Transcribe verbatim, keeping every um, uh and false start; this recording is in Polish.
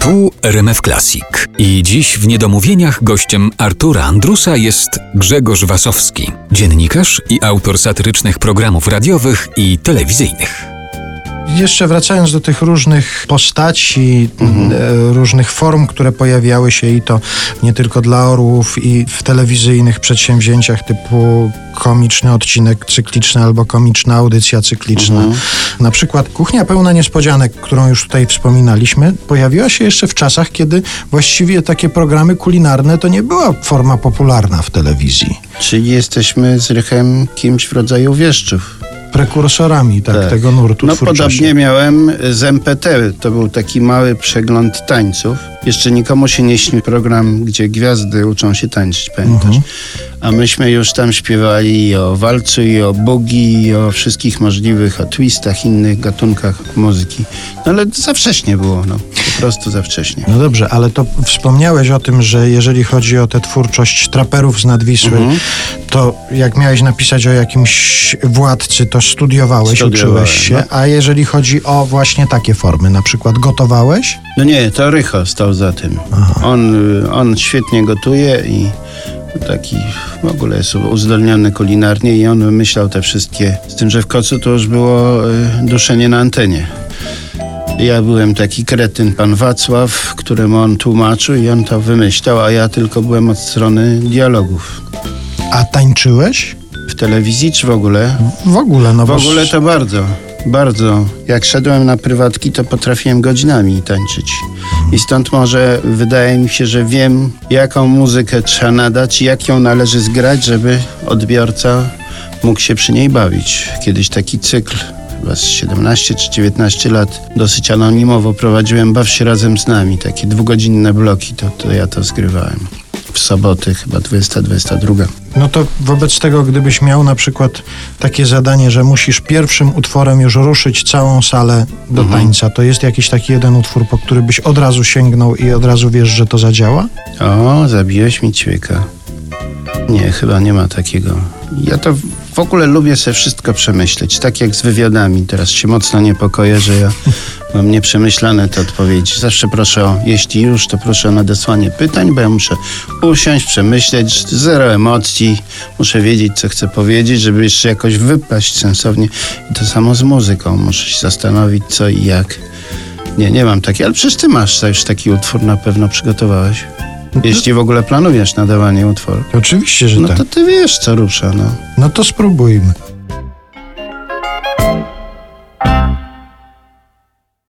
Tu R M F Classic. I dziś w Niedomówieniach gościem Artura Andrusa jest Grzegorz Wasowski, dziennikarz i autor satyrycznych programów radiowych i telewizyjnych. Jeszcze wracając do tych różnych postaci, mhm. e, różnych form, które pojawiały się i to nie tylko dla orłów i w telewizyjnych przedsięwzięciach typu komiczny odcinek cykliczny albo komiczna audycja cykliczna. Mhm. Na przykład Kuchnia pełna niespodzianek, którą już tutaj wspominaliśmy, pojawiła się jeszcze w czasach, kiedy właściwie takie programy kulinarne to nie była forma popularna w telewizji. Czyli jesteśmy z Rychem kimś w rodzaju wieszczów. Prekursorami tak, tak. tego nurtu No twórczości. Podobnie miałem z M P T. To był taki mały przegląd tańców. Jeszcze nikomu się nie śni program, gdzie gwiazdy uczą się tańczyć, pamiętasz? Mhm. A myśmy już tam śpiewali i o walcu, i o boogie, i o wszystkich możliwych, o twistach, innych gatunkach muzyki. No ale za wcześnie było, no. Po prostu za wcześnie. No dobrze, ale to wspomniałeś o tym, że jeżeli chodzi o tę twórczość traperów z Nadwisły, mhm. to jak miałeś napisać o jakimś władcy, to studiowałeś, uczyłeś się, no. A jeżeli chodzi o właśnie takie formy, na przykład gotowałeś? No nie, to Rycho stał za tym. On, on świetnie gotuje i taki w ogóle jest uzdolniony kulinarnie i on wymyślał te wszystkie, z tym, że w Kocu to już było y, duszenie na antenie. Ja byłem taki kretyn, pan Wacław, któremu on tłumaczył i on to wymyślał, a ja tylko byłem od strony dialogów. A tańczyłeś? W telewizji czy w ogóle? W ogóle, no W bo... ogóle to bardzo, bardzo. Jak szedłem na prywatki, to potrafiłem godzinami tańczyć. I stąd może wydaje mi się, że wiem, jaką muzykę trzeba nadać i jak ją należy zgrać, żeby odbiorca mógł się przy niej bawić. Kiedyś taki cykl, chyba z siedemnaście czy dziewiętnaście lat, dosyć anonimowo prowadziłem Baw się razem z nami. Takie dwugodzinne bloki, to, to ja to zgrywałem. W soboty, chyba dwudziesta dwudziesta druga. No to wobec tego, gdybyś miał na przykład takie zadanie, że musisz pierwszym utworem już ruszyć całą salę do mhm. tańca, to jest jakiś taki jeden utwór, po który byś od razu sięgnął i od razu wiesz, że to zadziała? O, zabiłeś mi ćwieka. Nie, chyba nie ma takiego. Ja to w ogóle lubię sobie wszystko przemyśleć, tak jak z wywiadami. Teraz się mocno niepokoję, że ja mam nieprzemyślane te odpowiedzi. Zawsze proszę o, jeśli już, to proszę o nadesłanie pytań, bo ja muszę usiąść, przemyśleć, zero emocji. Muszę wiedzieć, co chcę powiedzieć, żeby jeszcze jakoś wypaść sensownie. I to samo z muzyką. Muszę się zastanowić, co i jak. Nie, nie mam takiego, ale przecież ty masz już taki utwór, na pewno przygotowałeś. Jeśli w ogóle planujesz nadawanie utworu. Oczywiście, że no tak. No to ty wiesz, co rusza, no. No to spróbujmy.